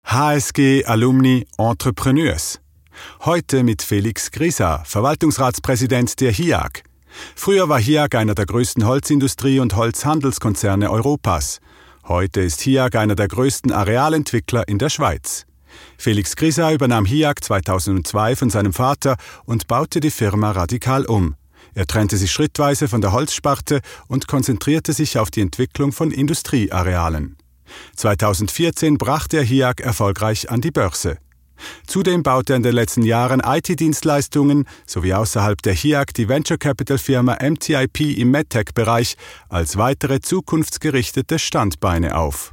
HSG Alumni Entrepreneurs. Heute mit Felix Grisa, Verwaltungsratspräsident der HIAG. Früher war HIAG einer der größten Holzindustrie- und Holzhandelskonzerne Europas. Heute ist HIAG einer der größten Arealentwickler in der Schweiz. Felix Grisa übernahm HIAG 2002 von seinem Vater und baute die Firma radikal um. Er trennte sich schrittweise von der Holzsparte und konzentrierte sich auf die Entwicklung von Industriearealen. 2014 brachte er HIAG erfolgreich an die Börse. Zudem baute er in den letzten Jahren IT-Dienstleistungen sowie außerhalb der HIAG die Venture-Capital-Firma MTIP im MedTech-Bereich als weitere zukunftsgerichtete Standbeine auf.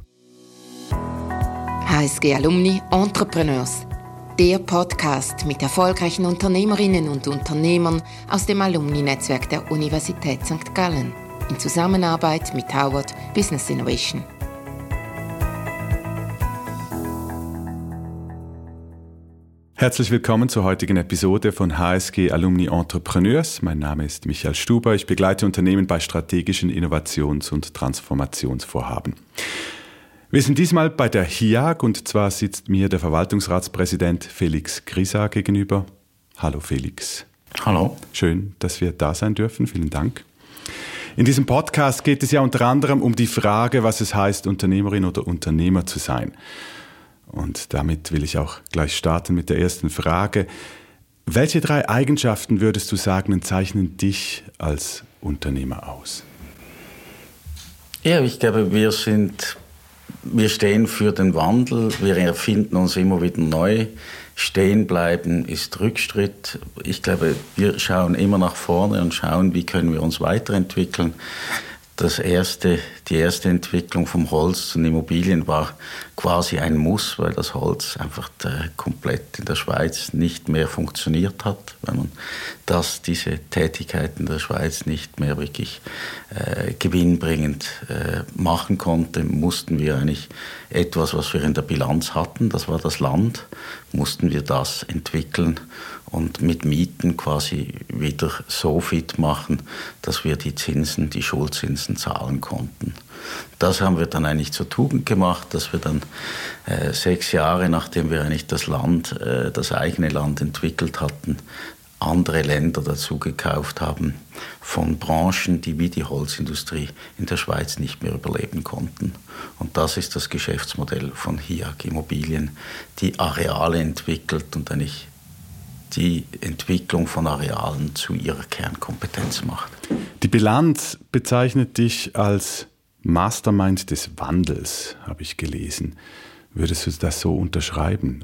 HSG Alumni Entrepreneurs, der Podcast mit erfolgreichen Unternehmerinnen und Unternehmern aus dem Alumni-Netzwerk der Universität St. Gallen in Zusammenarbeit mit Howard Business Innovation. Herzlich willkommen zur heutigen Episode von HSG Alumni Entrepreneurs. Mein Name ist Michael Stuber. Ich begleite Unternehmen bei strategischen Innovations- und Transformationsvorhaben. Wir sind diesmal bei der HIAG und zwar sitzt mir der Verwaltungsratspräsident Felix Grisa gegenüber. Hallo Felix. Hallo. Schön, dass wir da sein dürfen. Vielen Dank. In diesem Podcast geht es ja unter anderem um die Frage, was es heißt, Unternehmerin oder Unternehmer zu sein. Und damit will ich auch gleich starten mit der ersten Frage. Welche 3 Eigenschaften würdest du sagen, zeichnen dich als Unternehmer aus? Ja, ich glaube, wir stehen für den Wandel, wir erfinden uns immer wieder neu. Stehen bleiben ist Rückschritt. Ich glaube, wir schauen immer nach vorne und schauen, wie können wir uns weiterentwickeln. Die erste Entwicklung vom Holz zu den Immobilien war quasi ein Muss, weil das Holz einfach komplett in der Schweiz nicht mehr funktioniert hat. Wenn man diese Tätigkeit in der Schweiz nicht mehr wirklich gewinnbringend machen konnte, mussten wir eigentlich etwas, was wir in der Bilanz hatten, das war das Land, mussten wir das entwickeln und mit Mieten quasi wieder so fit machen, dass wir die Schulzinsen zahlen konnten. Das haben wir dann eigentlich zur Tugend gemacht, dass wir dann 6 Jahre, nachdem wir eigentlich das eigene Land entwickelt hatten, andere Länder dazu gekauft haben von Branchen, die wie die Holzindustrie in der Schweiz nicht mehr überleben konnten. Und das ist das Geschäftsmodell von HIAG Immobilien, die Areale entwickelt und eigentlich die Entwicklung von Arealen zu ihrer Kernkompetenz macht. Die Bilanz bezeichnet dich als Mastermind des Wandels, habe ich gelesen. Würdest du das so unterschreiben?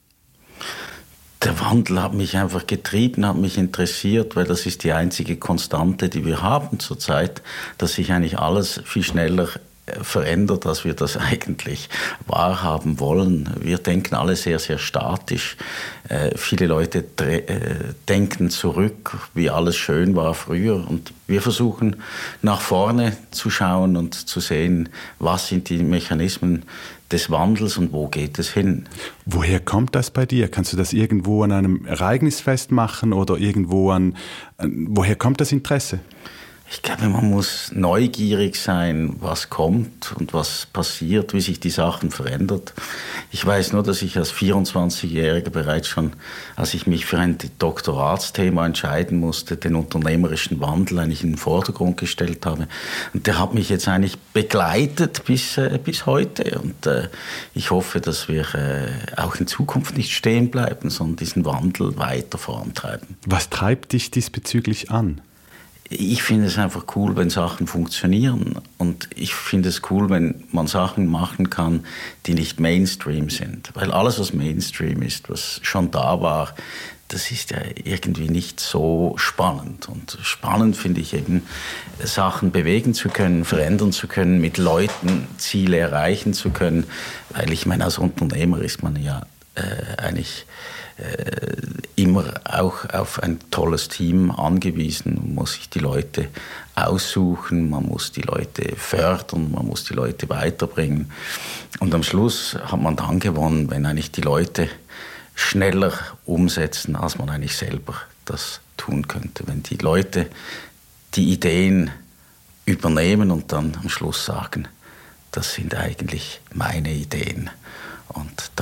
Der Wandel hat mich einfach getrieben, hat mich interessiert, weil das ist die einzige Konstante, die wir haben zurzeit, dass sich eigentlich alles viel schneller verändert, als wir das eigentlich wahrhaben wollen. Wir denken alle sehr, sehr statisch. Viele Leute denken zurück, wie alles schön war früher. Und wir versuchen nach vorne zu schauen und zu sehen, was sind die Mechanismen des Wandels und wo geht es hin. Woher kommt das bei dir? Kannst du das irgendwo an einem Ereignis festmachen oder woher kommt das Interesse? Ich glaube, man muss neugierig sein, was kommt und was passiert, wie sich die Sachen verändert. Ich weiß nur, dass ich als 24-Jähriger bereits schon, als ich mich für ein Doktoratsthema entscheiden musste, den unternehmerischen Wandel eigentlich in den Vordergrund gestellt habe. Und der hat mich jetzt eigentlich begleitet bis heute. Und ich hoffe, dass wir auch in Zukunft nicht stehen bleiben, sondern diesen Wandel weiter vorantreiben. Was treibt dich diesbezüglich an? Ich finde es einfach cool, wenn Sachen funktionieren. Und ich finde es cool, wenn man Sachen machen kann, die nicht Mainstream sind. Weil alles, was Mainstream ist, was schon da war, das ist ja irgendwie nicht so spannend. Und spannend finde ich eben, Sachen bewegen zu können, verändern zu können, mit Leuten Ziele erreichen zu können. Weil ich meine, als Unternehmer ist man ja eigentlich immer auch auf ein tolles Team angewiesen. Man muss sich die Leute aussuchen, man muss die Leute fördern, man muss die Leute weiterbringen. Und am Schluss hat man dann gewonnen, wenn eigentlich die Leute schneller umsetzen, als man eigentlich selber das tun könnte. Wenn die Leute die Ideen übernehmen und dann am Schluss sagen, das sind eigentlich meine Ideen. Und dann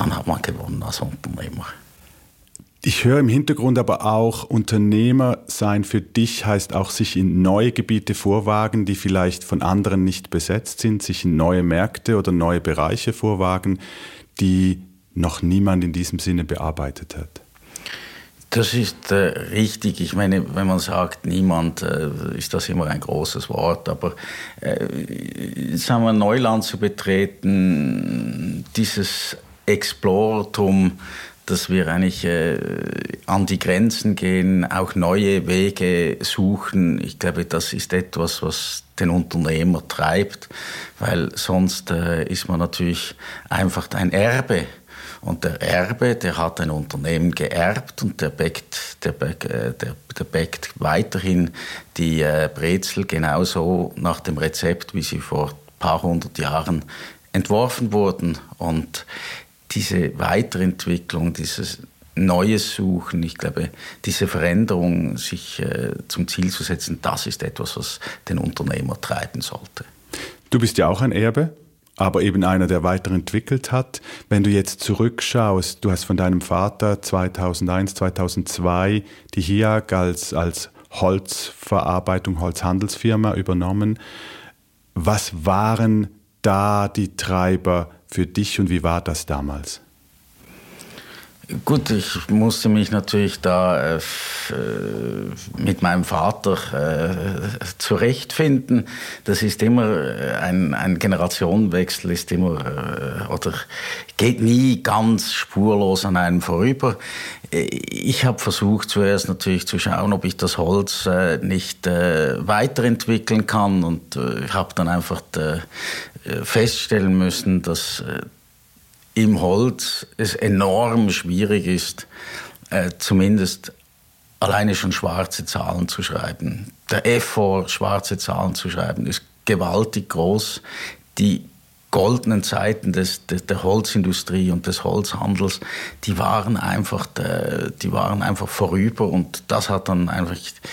dann hat man gewonnen als Unternehmer. Ich höre im Hintergrund aber auch, Unternehmer sein für dich heißt auch sich in neue Gebiete vorwagen, die vielleicht von anderen nicht besetzt sind, sich in neue Märkte oder neue Bereiche vorwagen, die noch niemand in diesem Sinne bearbeitet hat. Das ist richtig. Ich meine, wenn man sagt, niemand, ist das immer ein großes Wort. Aber sagen wir, Neuland zu betreten, dieses Explorertum, dass wir eigentlich an die Grenzen gehen, auch neue Wege suchen. Ich glaube, das ist etwas, was den Unternehmer treibt, weil sonst ist man natürlich einfach ein Erbe. Und der Erbe, der hat ein Unternehmen geerbt und der bäckt weiterhin die Brezel genauso nach dem Rezept, wie sie vor ein paar hundert Jahren entworfen wurden. Und diese Weiterentwicklung, dieses Neues Suchen, ich glaube, diese Veränderung, sich zum Ziel zu setzen, das ist etwas, was den Unternehmer treiben sollte. Du bist ja auch ein Erbe, aber eben einer, der weiterentwickelt hat. Wenn du jetzt zurückschaust, du hast von deinem Vater 2001, 2002 die HIAG als Holzverarbeitung, Holzhandelsfirma übernommen. Was waren da die Treiber für dich und wie war das damals? Gut, ich musste mich natürlich da mit meinem Vater zurechtfinden. Das ist immer ein Generationenwechsel, ist immer oder geht nie ganz spurlos an einem vorüber. Ich habe versucht zuerst natürlich zu schauen, ob ich das Holz nicht weiterentwickeln kann und habe dann einfach feststellen müssen, dass im Holz es enorm schwierig ist, zumindest alleine schon schwarze Zahlen zu schreiben. Der Effort, schwarze Zahlen zu schreiben, ist gewaltig groß. Die goldenen Zeiten der Holzindustrie und des Holzhandels, die waren einfach vorüber und das hat dann einfach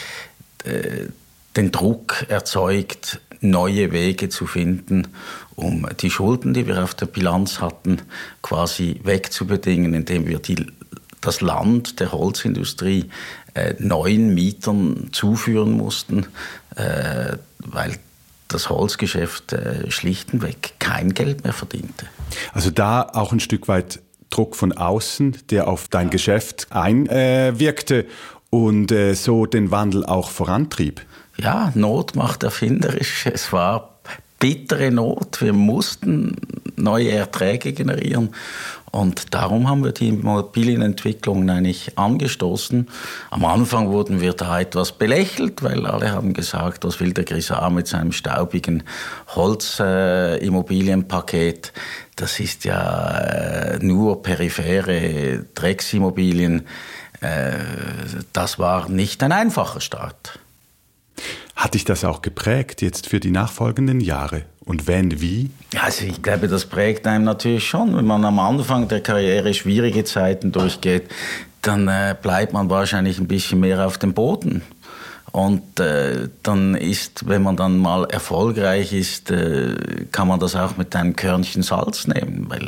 den Druck erzeugt, neue Wege zu finden, um die Schulden, die wir auf der Bilanz hatten, quasi wegzubedingen, indem wir das Land der Holzindustrie neuen Mietern zuführen mussten, weil das Holzgeschäft schlichtweg kein Geld mehr verdiente. Also da auch ein Stück weit Druck von außen, der auf dein Geschäft einwirkte und so den Wandel auch vorantrieb. Ja, Not macht erfinderisch. Es war bittere Not. Wir mussten neue Erträge generieren. Und darum haben wir die Immobilienentwicklung eigentlich angestoßen. Am Anfang wurden wir da etwas belächelt, weil alle haben gesagt, was will der Grisar mit seinem staubigen Holzimmobilienpaket? Das ist ja nur periphere Drecksimmobilien. Das war nicht ein einfacher Start. Hat dich das auch geprägt jetzt für die nachfolgenden Jahre? Und wenn, wie? Also ich glaube, das prägt einem natürlich schon. Wenn man am Anfang der Karriere schwierige Zeiten durchgeht, dann bleibt man wahrscheinlich ein bisschen mehr auf dem Boden. Und dann ist, wenn man dann mal erfolgreich ist, kann man das auch mit einem Körnchen Salz nehmen, weil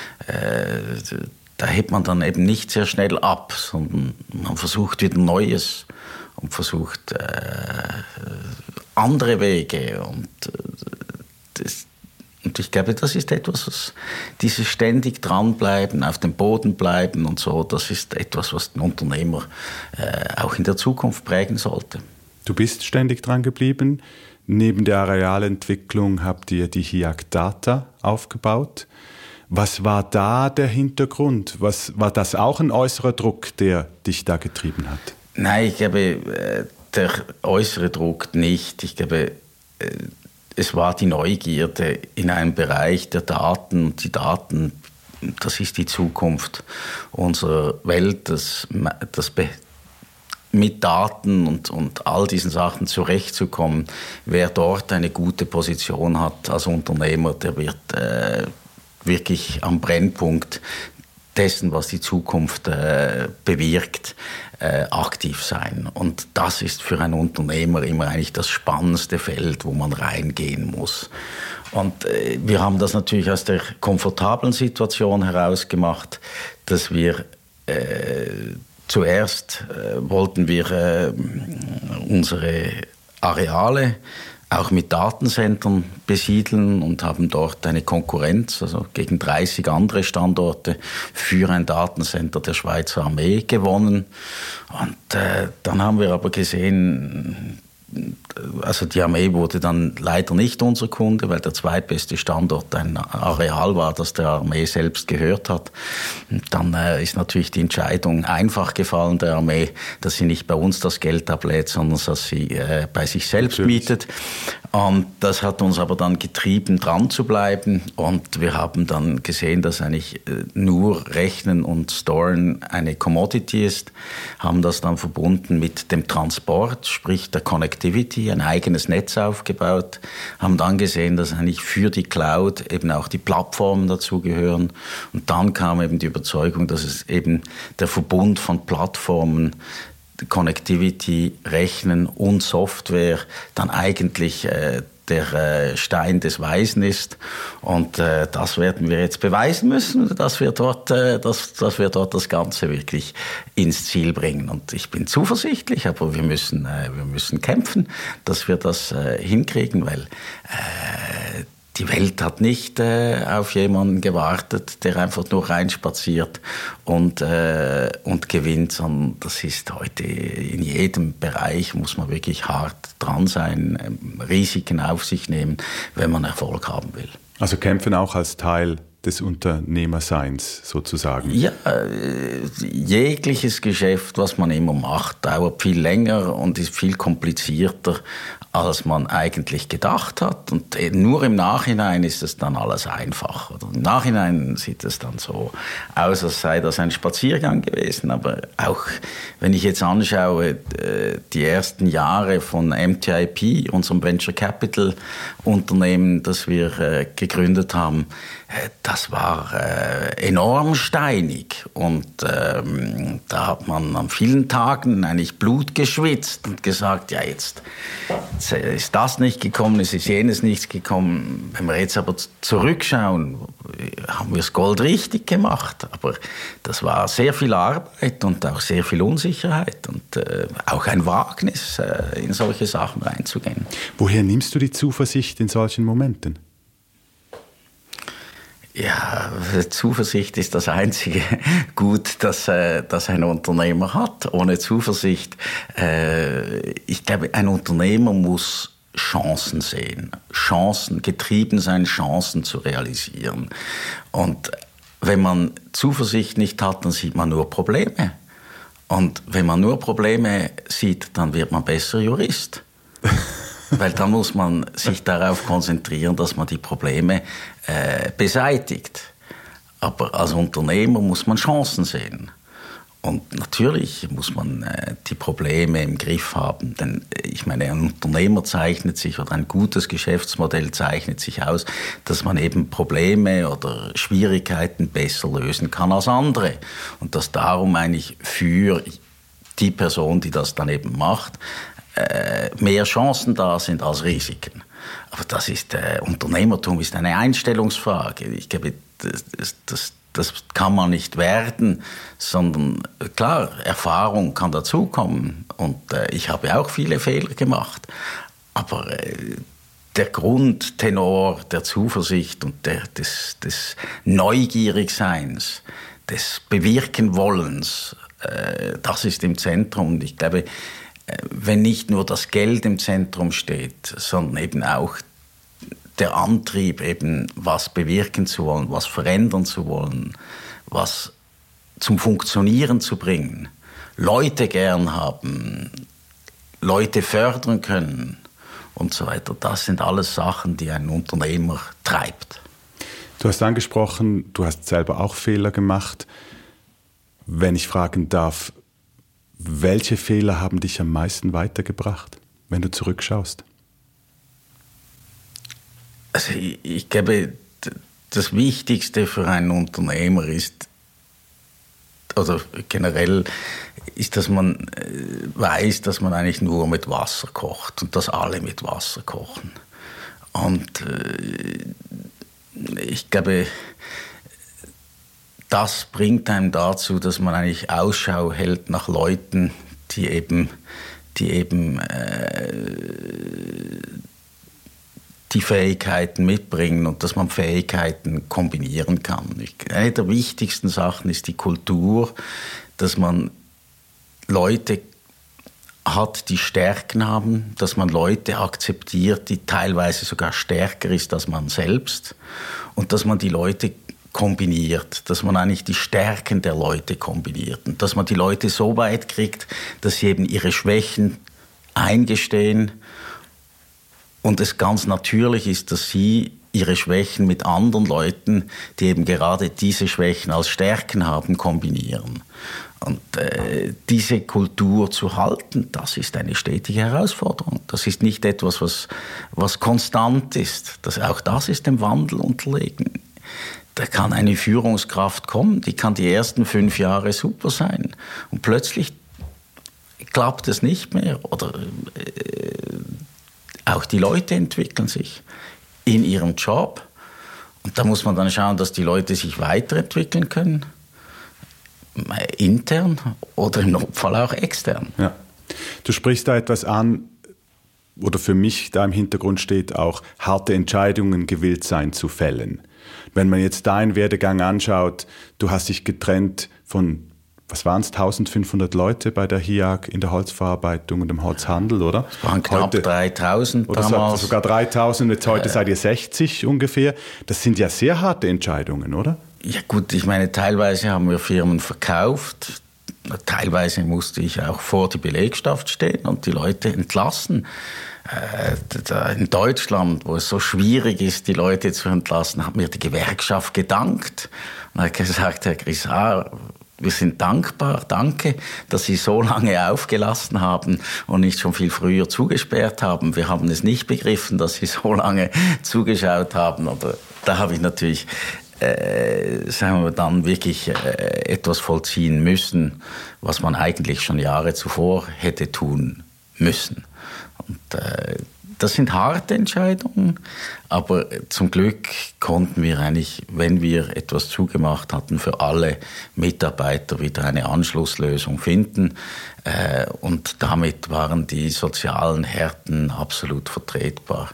da hebt man dann eben nicht sehr schnell ab, sondern man versucht wieder Neues und versucht andere Wege. Und ich glaube, das ist etwas, was dieses ständig dranbleiben, auf dem Boden bleiben und so, das ist etwas, was den Unternehmer auch in der Zukunft prägen sollte. Du bist ständig dran geblieben. Neben der Arealentwicklung habt ihr die HIAG Data aufgebaut. Was war da der Hintergrund? War das auch ein äußerer Druck, der dich da getrieben hat? Nein, ich glaube, der äußere Druck nicht. Ich glaube, es war die Neugierde in einem Bereich der Daten. Und die Daten, das ist die Zukunft unserer Welt, mit Daten und all diesen Sachen zurechtzukommen. Wer dort eine gute Position hat als Unternehmer, der wird wirklich am Brennpunkt dessen, was die Zukunft bewirkt, aktiv sein. Und das ist für einen Unternehmer immer eigentlich das spannendste Feld, wo man reingehen muss. Und wir haben das natürlich aus der komfortablen Situation heraus gemacht, dass wir zuerst wollten wir unsere Areale auch mit Datenzentren besiedeln und haben dort eine Konkurrenz, also gegen 30 andere Standorte für ein Datencenter der Schweizer Armee gewonnen. Und dann haben wir aber gesehen, also die Armee wurde dann leider nicht unser Kunde, weil der zweitbeste Standort ein Areal war, das der Armee selbst gehört hat. Und dann ist natürlich die Entscheidung einfach gefallen der Armee, dass sie nicht bei uns das Geld ablädt, sondern dass sie bei sich selbst mietet. Und das hat uns aber dann getrieben, dran zu bleiben. Und wir haben dann gesehen, dass eigentlich nur Rechnen und Storen eine Commodity ist, haben das dann verbunden mit dem Transport, sprich der Connectivity, ein eigenes Netz aufgebaut, haben dann gesehen, dass eigentlich für die Cloud eben auch die Plattformen dazugehören. Und dann kam eben die Überzeugung, dass es eben der Verbund von Plattformen, Connectivity, Rechnen und Software dann eigentlich der Stein des Weisen ist. Und das werden wir jetzt beweisen müssen, dass wir dort das Ganze wirklich ins Ziel bringen. Und ich bin zuversichtlich, aber wir müssen kämpfen, dass wir das hinkriegen, weil die Welt hat nicht auf jemanden gewartet, der einfach nur reinspaziert und gewinnt, sondern das ist heute in jedem Bereich, muss man wirklich hart dran sein, Risiken auf sich nehmen, wenn man Erfolg haben will. Also kämpfen auch als Teil des Unternehmerseins sozusagen? Ja, jegliches Geschäft, was man immer macht, dauert viel länger und ist viel komplizierter, als man eigentlich gedacht hat. Und nur im Nachhinein ist es dann alles einfach. Oder im Nachhinein sieht es dann so aus, als sei das ein Spaziergang gewesen. Aber auch wenn ich jetzt anschaue, die ersten Jahre von MTIP, unserem Venture Capital Unternehmen, das wir gegründet haben, das war enorm steinig. Und da hat man an vielen Tagen eigentlich Blut geschwitzt und gesagt, ja, jetzt ist das nicht gekommen, es ist jenes nicht gekommen. Wenn wir jetzt aber zurückschauen, haben wir das Gold richtig gemacht. Aber das war sehr viel Arbeit und auch sehr viel Unsicherheit und auch ein Wagnis, in solche Sachen reinzugehen. Woher nimmst du die Zuversicht in solchen Momenten? Ja, Zuversicht ist das einzige Gut, das ein Unternehmer hat. Ohne Zuversicht, ich glaube, ein Unternehmer muss Chancen sehen, getrieben sein, Chancen zu realisieren. Und wenn man Zuversicht nicht hat, dann sieht man nur Probleme. Und wenn man nur Probleme sieht, dann wird man besser Jurist. Weil dann muss man sich darauf konzentrieren, dass man die Probleme beseitigt. Aber als Unternehmer muss man Chancen sehen. Und natürlich muss man die Probleme im Griff haben. Denn ich meine, ein Unternehmer zeichnet sich oder ein gutes Geschäftsmodell zeichnet sich aus, dass man eben Probleme oder Schwierigkeiten besser lösen kann als andere. Und dass darum eigentlich für die Person, die das dann eben macht, mehr Chancen da sind als Risiken. Aber das ist, Unternehmertum ist eine Einstellungsfrage. Ich glaube, das kann man nicht werden, sondern klar, Erfahrung kann dazukommen. Und ich habe auch viele Fehler gemacht. Aber der Grundtenor der Zuversicht und des Neugierigseins, des Bewirkenwollens, das ist im Zentrum. Und ich glaube, wenn nicht nur das Geld im Zentrum steht, sondern eben auch der Antrieb, eben was bewirken zu wollen, was verändern zu wollen, was zum Funktionieren zu bringen, Leute gern haben, Leute fördern können und so weiter. Das sind alles Sachen, die einen Unternehmer treibt. Du hast angesprochen, du hast selber auch Fehler gemacht. Wenn ich fragen darf, welche Fehler haben dich am meisten weitergebracht, wenn du zurückschaust? Also ich glaube, das Wichtigste für einen Unternehmer ist, oder generell ist, dass man weiß, dass man eigentlich nur mit Wasser kocht und dass alle mit Wasser kochen. Und ich glaube, das bringt einem dazu, dass man eigentlich Ausschau hält nach Leuten, die eben die Fähigkeiten mitbringen und dass man Fähigkeiten kombinieren kann. Eine der wichtigsten Sachen ist die Kultur, dass man Leute hat, die Stärken haben, dass man Leute akzeptiert, die teilweise sogar stärker ist als man selbst und dass man die Leute kombiniert, dass man eigentlich die Stärken der Leute kombiniert und dass man die Leute so weit kriegt, dass sie eben ihre Schwächen eingestehen und es ganz natürlich ist, dass sie ihre Schwächen mit anderen Leuten, die eben gerade diese Schwächen als Stärken haben, kombinieren. Und diese Kultur zu halten, das ist eine stetige Herausforderung. Das ist nicht etwas, was konstant ist. Auch das ist dem Wandel unterlegen. Da kann eine Führungskraft kommen, die kann die ersten 5 Jahre super sein. Und plötzlich klappt es nicht mehr. Oder auch die Leute entwickeln sich in ihrem Job. Und da muss man dann schauen, dass die Leute sich weiterentwickeln können. Intern oder im Notfall auch extern. Ja. Du sprichst da etwas an, oder für mich da im Hintergrund steht auch, harte Entscheidungen gewillt sein zu fällen. Wenn man jetzt deinen Werdegang anschaut, du hast dich getrennt von, was waren es, 1500 Leute bei der HIAG in der Holzverarbeitung und im Holzhandel, oder? Es waren knapp 3000 damals. Sogar 3000, jetzt heute seid ihr 60 ungefähr. Das sind ja sehr harte Entscheidungen, oder? Ja gut, ich meine, teilweise haben wir Firmen verkauft, teilweise musste ich auch vor die Belegschaft stehen und die Leute entlassen. In Deutschland, wo es so schwierig ist, die Leute zu entlassen, hat mir die Gewerkschaft gedankt und hat gesagt, Herr Grissart, wir sind dankbar, danke, dass Sie so lange aufgelassen haben und nicht schon viel früher zugesperrt haben. Wir haben es nicht begriffen, dass Sie so lange zugeschaut haben. Aber da habe ich natürlich sagen wir dann wirklich etwas vollziehen müssen, was man eigentlich schon Jahre zuvor hätte tun müssen. Und das sind harte Entscheidungen, aber zum Glück konnten wir eigentlich, wenn wir etwas zugemacht hatten, für alle Mitarbeiter wieder eine Anschlusslösung finden. Und damit waren die sozialen Härten absolut vertretbar.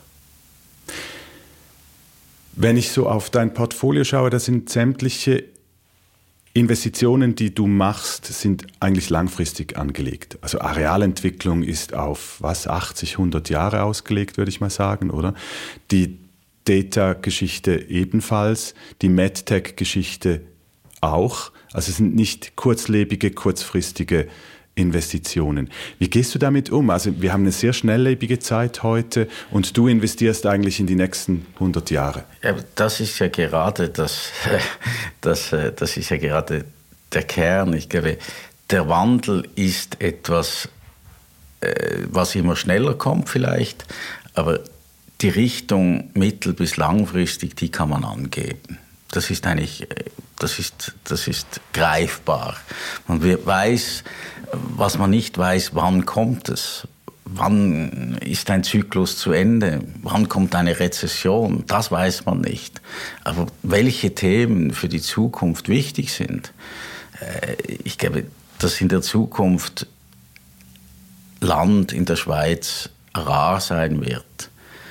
Wenn ich so auf dein Portfolio schaue, da sind sämtliche Investitionen, die du machst, sind eigentlich langfristig angelegt. Also Arealentwicklung ist auf 80, 100 Jahre ausgelegt, würde ich mal sagen, oder? Die Data-Geschichte ebenfalls, die MedTech-Geschichte auch. Also es sind nicht kurzlebige, kurzfristige Investitionen. Wie gehst du damit um? Also wir haben eine sehr schnelllebige Zeit heute und du investierst eigentlich in die nächsten 100 Jahre. Ja, das ist ja gerade das ist ja gerade der Kern. Ich glaube, der Wandel ist etwas, was immer schneller kommt vielleicht, aber die Richtung mittel- bis langfristig, die kann man angeben. Das ist eigentlich, das ist greifbar. Man weiß, was man nicht weiß, wann kommt es? Wann ist ein Zyklus zu Ende? Wann kommt eine Rezession? Das weiß man nicht. Aber welche Themen für die Zukunft wichtig sind, ich glaube, dass in der Zukunft Land in der Schweiz rar sein wird,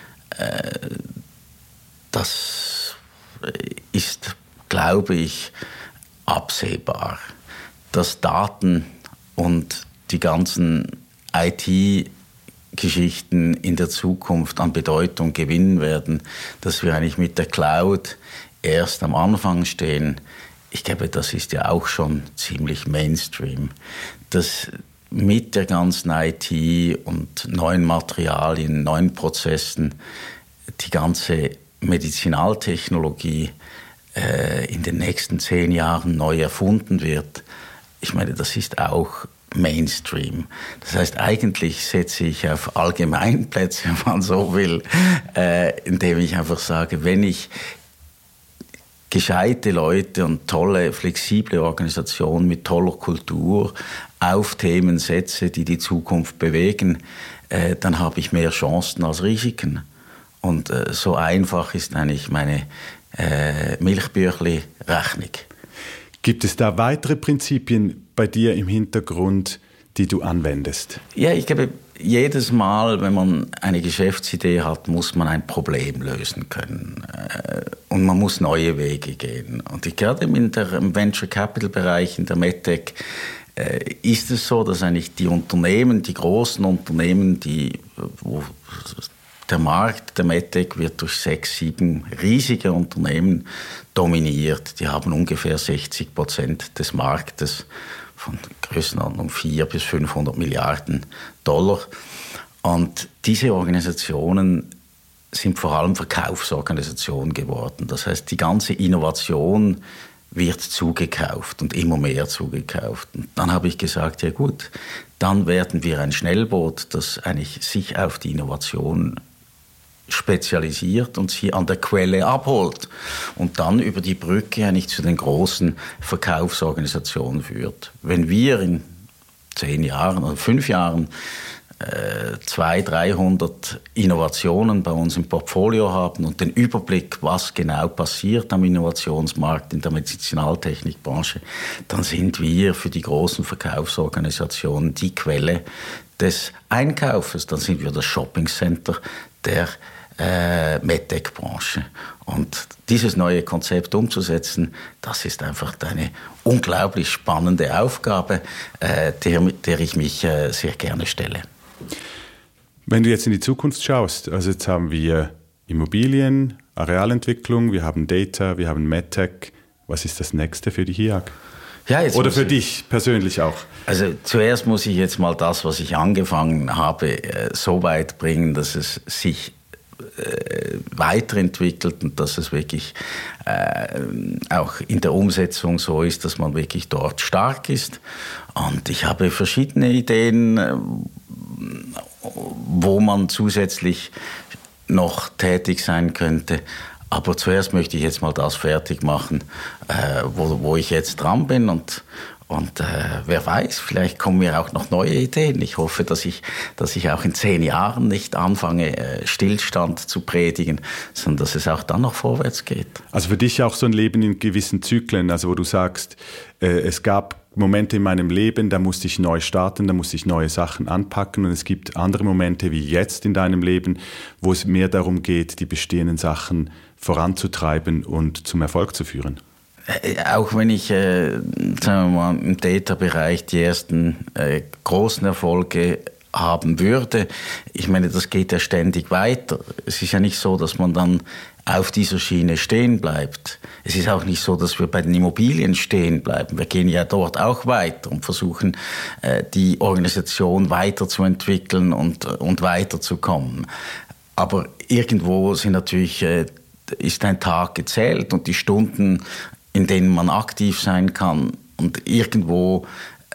das ist, glaube ich, absehbar. Dass Daten und die ganzen IT-Geschichten in der Zukunft an Bedeutung gewinnen werden, dass wir eigentlich mit der Cloud erst am Anfang stehen. Ich glaube, das ist ja auch schon ziemlich Mainstream. Dass mit der ganzen IT und neuen Materialien, neuen Prozessen die ganze Medizinaltechnologie in den nächsten 10 Jahren neu erfunden wird. Ich meine, das ist auch Mainstream. Das heißt, eigentlich setze ich auf Allgemeinplätze, wenn man so will, indem ich einfach sage, wenn ich gescheite Leute und tolle, flexible Organisationen mit toller Kultur auf Themen setze, die die Zukunft bewegen, dann habe ich mehr Chancen als Risiken. Und so einfach ist eigentlich meine Milchbüchli-Rechnung. Gibt es da weitere Prinzipien bei dir im Hintergrund, die du anwendest? Ja, ich glaube, jedes Mal, wenn man eine Geschäftsidee hat, muss man ein Problem lösen können. Und man muss neue Wege gehen. Und gerade im Venture Capital Bereich, in der MedTech, ist es so, dass eigentlich die Unternehmen, die großen Unternehmen, wo der Markt der MedTech wird durch 6, 7 riesige Unternehmen dominiert. Die haben ungefähr 60% des Marktes von Größenordnung 400 bis 500 Milliarden $. Und diese Organisationen sind vor allem Verkaufsorganisationen geworden. Das heißt, die ganze Innovation wird zugekauft und immer mehr zugekauft. Und dann habe ich gesagt, ja gut, dann werden wir ein Schnellboot, das eigentlich sich auf die Innovation spezialisiert und sie an der Quelle abholt und dann über die Brücke eigentlich zu den großen Verkaufsorganisationen führt. Wenn wir in 10 Jahren oder 5 Jahren 200, 300 Innovationen bei uns im Portfolio haben und den Überblick, was genau passiert am Innovationsmarkt in der Medizinaltechnikbranche, dann sind wir für die großen Verkaufsorganisationen die Quelle des Einkaufes. Dann sind wir das Shoppingcenter der MedTech-Branche. Und dieses neue Konzept umzusetzen, das ist einfach eine unglaublich spannende Aufgabe, der ich mich sehr gerne stelle. Wenn du jetzt in die Zukunft schaust, also jetzt haben wir Immobilien, Arealentwicklung, wir haben Data, wir haben MedTech. Was ist das Nächste für die HIAG? Ja, oder für dich persönlich auch? Also zuerst muss ich jetzt mal das, was ich angefangen habe, so weit bringen, dass es sich weiterentwickelt und dass es wirklich auch in der Umsetzung so ist, dass man wirklich dort stark ist. Und ich habe verschiedene Ideen, wo man zusätzlich noch tätig sein könnte. Aber zuerst möchte ich jetzt mal das fertig machen, wo ich jetzt dran bin. Und wer weiß, vielleicht kommen mir auch noch neue Ideen. Ich hoffe, dass ich auch in 10 Jahren nicht anfange, Stillstand zu predigen, sondern dass es auch dann noch vorwärts geht. Also für dich auch so ein Leben in gewissen Zyklen, also wo du sagst, es gab Momente in meinem Leben, da musste ich neu starten, da musste ich neue Sachen anpacken und es gibt andere Momente wie jetzt in deinem Leben, wo es mehr darum geht, die bestehenden Sachen voranzutreiben und zum Erfolg zu führen. Auch wenn ich, sagen wir mal, im Data-Bereich die ersten großen Erfolge haben würde, ich meine, das geht ja ständig weiter. Es ist ja nicht so, dass man dann auf dieser Schiene stehen bleibt. Es ist auch nicht so, dass wir bei den Immobilien stehen bleiben. Wir gehen ja dort auch weiter und versuchen, die Organisation weiterzuentwickeln und weiterzukommen. Aber irgendwo sind natürlich, ist ein Tag gezählt und die Stunden, in denen man aktiv sein kann. Und irgendwo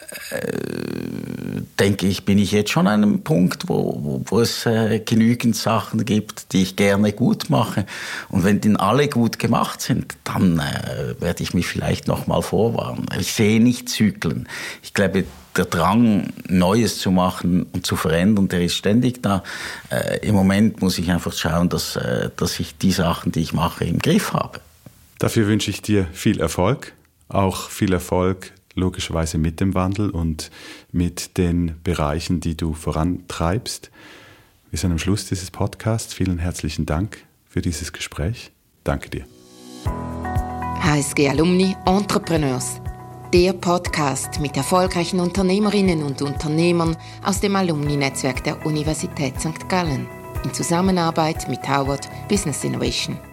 denke ich, bin ich jetzt schon an einem Punkt, wo es genügend Sachen gibt, die ich gerne gut mache. Und wenn die alle gut gemacht sind, dann werde ich mich vielleicht noch mal vorwarnen. Ich sehe nicht Zyklen. Ich glaube, der Drang, Neues zu machen und zu verändern, der ist ständig da. Im Moment muss ich einfach schauen, dass ich die Sachen, die ich mache, im Griff habe. Dafür wünsche ich dir viel Erfolg, auch viel Erfolg logischerweise mit dem Wandel und mit den Bereichen, die du vorantreibst. Wir sind am Schluss dieses Podcasts. Vielen herzlichen Dank für dieses Gespräch. Danke dir. HSG Alumni Entrepreneurs, der Podcast mit erfolgreichen Unternehmerinnen und Unternehmern aus dem Alumni-Netzwerk der Universität St. Gallen in Zusammenarbeit mit Howard Business Innovation.